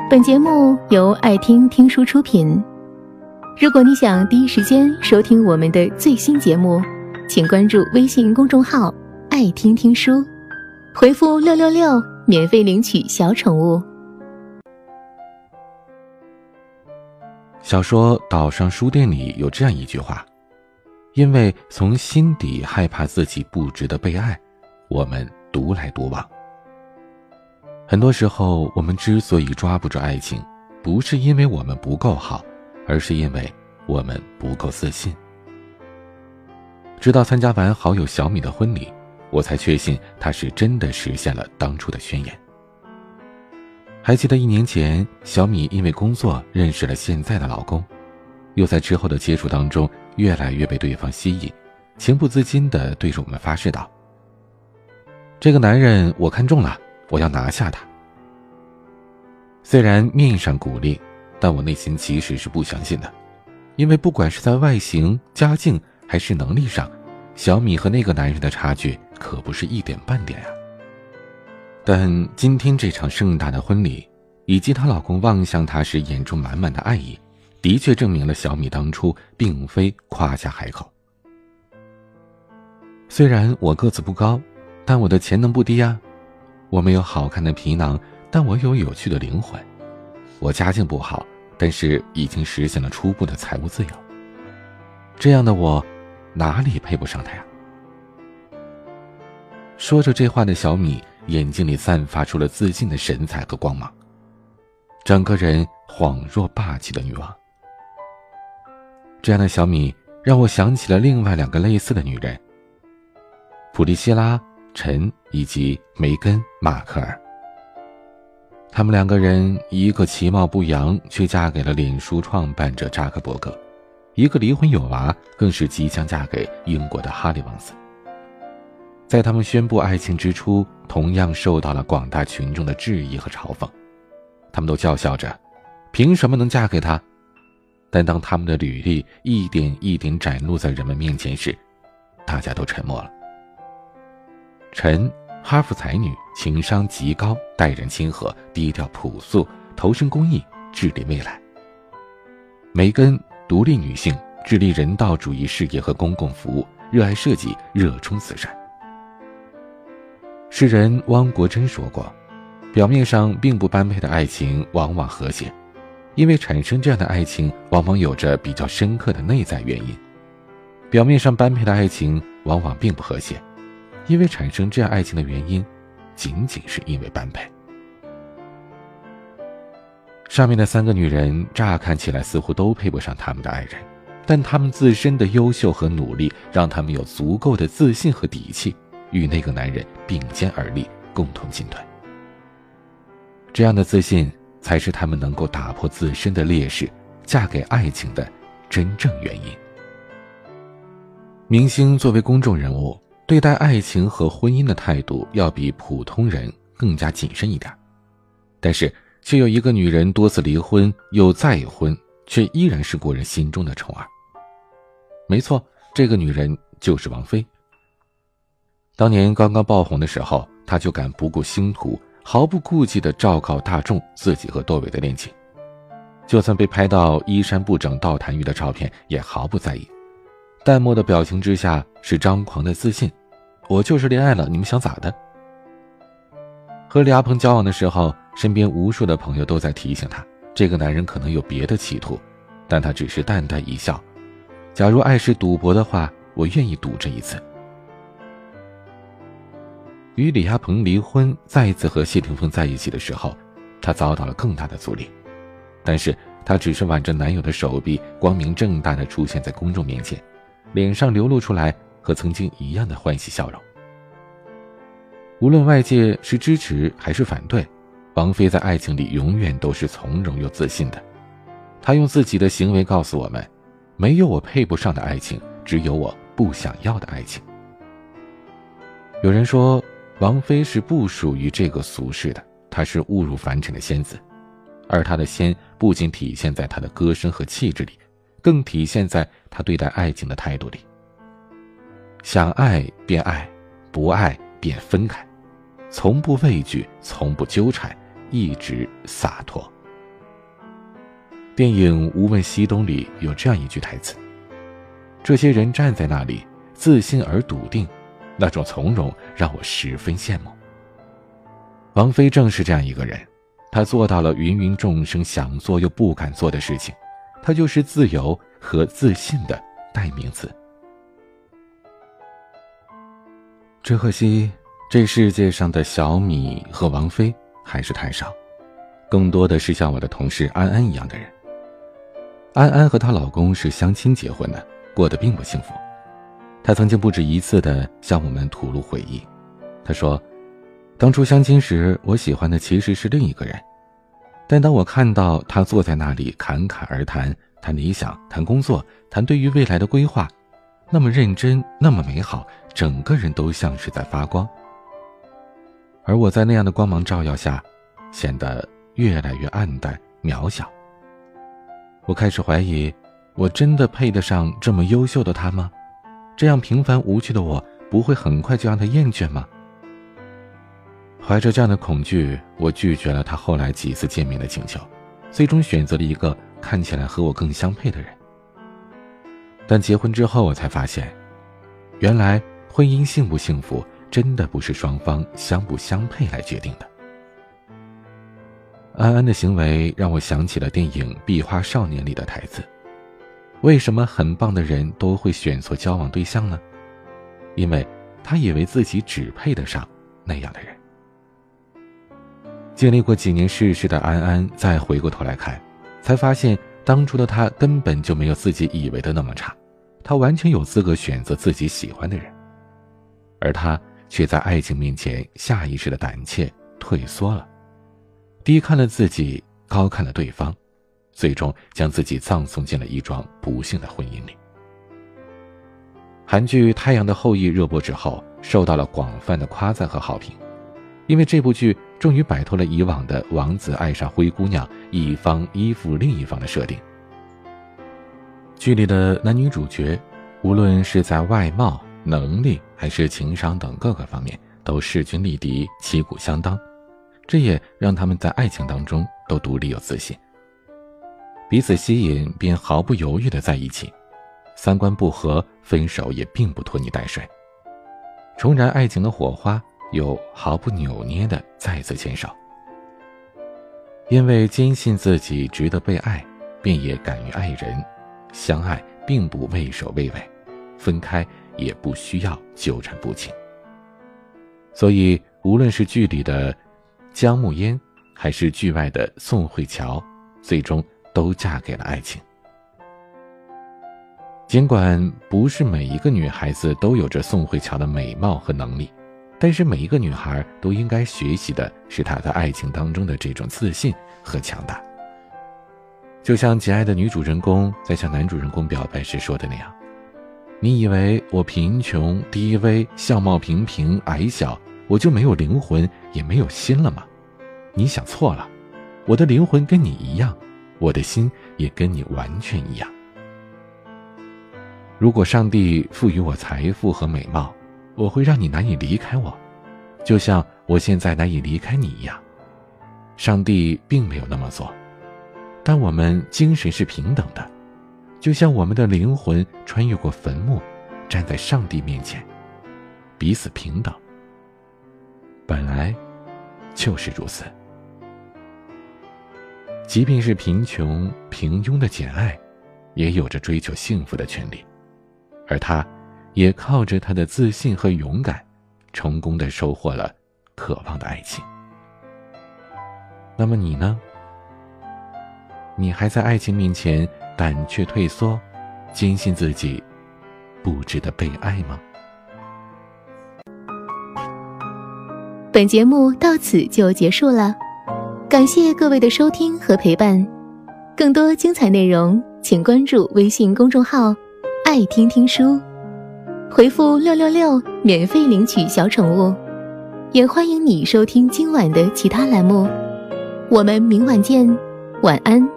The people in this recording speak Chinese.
本节目由爱听听书出品。如果你想第一时间收听我们的最新节目，请关注微信公众号爱听听书，回复666免费领取小宠物。 小说《岛上书店》里有这样一句话：因为从心底害怕自己不值得被爱，我们独来独往。很多时候，我们之所以抓不住爱情，不是因为我们不够好，而是因为我们不够自信。直到参加完好友小米的婚礼，我才确信她是真的实现了当初的宣言。还记得1年前，小米因为工作认识了现在的老公，又在之后的接触当中越来越被对方吸引，情不自禁地对着我们发誓道：这个男人我看中了，我要拿下他。虽然面上鼓励，但我内心其实是不相信的，因为不管是在外形、家境还是能力上，小米和那个男人的差距可不是一点半点啊。但今天这场盛大的婚礼，以及她老公望向她时眼中满满的爱意，的确证明了小米当初并非夸下海口。虽然我个子不高，但我的潜能不低啊。我没有好看的皮囊，但我有有趣的灵魂。我家境不好，但是已经实现了初步的财务自由。这样的我，哪里配不上他呀？说着这话的小米，眼睛里散发出了自信的神采和光芒，整个人恍若霸气的女王。这样的小米让我想起了另外2个类似的女人，普利希拉、陈以及梅根·马克尔。他们2个人，一个其貌不扬却嫁给了脸书创办者扎克伯格，一个离婚有娃，更是即将嫁给英国的哈利王子。在他们宣布爱情之初，同样受到了广大群众的质疑和嘲讽，他们都叫嚣着凭什么能嫁给他。但当他们的履历一点一点展露在人们面前时，大家都沉默了。陈，哈佛才女，情商极高，待人亲和，低调朴素，投身公益，致力未来。梅根，独立女性，致力人道主义事业和公共服务，热爱设计，热衷慈善。诗人汪国真说过，表面上并不般配的爱情往往和谐，因为产生这样的爱情往往有着比较深刻的内在原因。表面上般配的爱情往往并不和谐，因为产生这样爱情的原因仅仅是因为般配。上面的3个女人乍看起来似乎都配不上他们的爱人，但她们自身的优秀和努力让她们有足够的自信和底气，与那个男人并肩而立，共同进退。这样的自信才是她们能够打破自身的劣势，嫁给爱情的真正原因。明星作为公众人物，对待爱情和婚姻的态度要比普通人更加谨慎一点，但是却有一个女人多次离婚又再婚，却依然是国人心中的宠儿。没错，这个女人就是王菲。当年刚刚爆红的时候，她就敢不顾星途，毫不顾忌地昭告大众自己和窦唯的恋情，就算被拍到衣衫不整倒痰盂的照片也毫不在意，淡漠的表情之下是张狂的自信，我就是恋爱了，你们想咋的？和李亚鹏交往的时候，身边无数的朋友都在提醒他，这个男人可能有别的企图，但他只是淡淡一笑，假如爱是赌博的话，我愿意赌这一次。与李亚鹏离婚，再一次和谢霆锋在一起的时候，他遭到了更大的阻力，但是他只是挽着男友的手臂，光明正大地出现在公众面前，脸上流露出来和曾经一样的欢喜笑容。无论外界是支持还是反对，王菲在爱情里永远都是从容又自信的。她用自己的行为告诉我们，没有我配不上的爱情，只有我不想要的爱情。有人说王菲是不属于这个俗世的，她是误入凡尘的仙子，而她的仙不仅体现在她的歌声和气质里，更体现在她对待爱情的态度里。想爱便爱，不爱便分开，从不畏惧，从不纠缠，一直洒脱。 电影《无问西东》里有这样一句台词：这些人站在那里，自信而笃定，那种从容让我十分羡慕。王菲正是这样一个人，她做到了芸芸众生想做又不敢做的事情，她就是自由和自信的代名词。只可惜这世界上的小米和王菲还是太少，更多的是像我的同事安安一样的人。安安和她老公是相亲结婚的，过得并不幸福。她曾经不止一次地向我们吐露回忆。她说，当初相亲时，我喜欢的其实是另一个人，但当我看到他坐在那里侃侃而谈，谈理想，谈工作，谈对于未来的规划，那么认真，那么美好，整个人都像是在发光。而我在那样的光芒照耀下，显得越来越暗淡渺小。我开始怀疑，我真的配得上这么优秀的他吗？这样平凡无趣的我，不会很快就让他厌倦吗？怀着这样的恐惧，我拒绝了他后来几次见面的请求，最终选择了一个看起来和我更相配的人。但结婚之后，我才发现，原来婚姻幸不幸福，真的不是双方相不相配来决定的。安安的行为让我想起了电影《壁花少年》里的台词：为什么很棒的人都会选错交往对象呢？因为他以为自己只配得上那样的人。经历过几年世事的安安再回过头来看，才发现当初的他根本就没有自己以为的那么差，他完全有资格选择自己喜欢的人，而他却在爱情面前下意识的胆怯退缩了，低看了自己，高看了对方，最终将自己葬送进了一桩不幸的婚姻里。韩剧《太阳的后裔》热播之后，受到了广泛的夸赞和好评，因为这部剧终于摆脱了以往的王子爱上灰姑娘，一方依附另一方的设定。剧里的男女主角，无论是在外貌、能力还是情商等各个方面，都势均力敌，旗鼓相当，这也让他们在爱情当中都独立有自信，彼此吸引便毫不犹豫地在一起，三观不合，分手也并不拖泥带水，重燃爱情的火花，又毫不扭捏地再次牵手。因为坚信自己值得被爱，便也敢于爱人，相爱并不畏首畏尾，分开也不需要纠缠不清。所以无论是剧里的姜暮烟，还是剧外的宋慧乔，最终都嫁给了爱情。尽管不是每一个女孩子都有着宋慧乔的美貌和能力，但是每一个女孩都应该学习的是她在爱情当中的这种自信和强大。就像节爱的女主人公在向男主人公表白时说的那样，你以为我贫穷低微，相貌平平矮小，我就没有灵魂也没有心了吗？你想错了，我的灵魂跟你一样，我的心也跟你完全一样。如果上帝赋予我财富和美貌，我会让你难以离开我，就像我现在难以离开你一样。上帝并没有那么做，但我们精神是平等的，就像我们的灵魂穿越过坟墓，站在上帝面前，彼此平等。本来就是如此。即便是贫穷平庸的简爱，也有着追求幸福的权利，而他也靠着他的自信和勇敢，成功地收获了渴望的爱情。那么你呢？你还在爱情面前胆怯退缩，坚信自己不值得被爱吗？ 本节目到此就结束了，感谢各位的收听和陪伴。更多精彩内容，请关注微信公众号“爱听听书”，回复666免费领取小宠物。也欢迎你收听今晚的其他栏目。我们明晚见，晚安。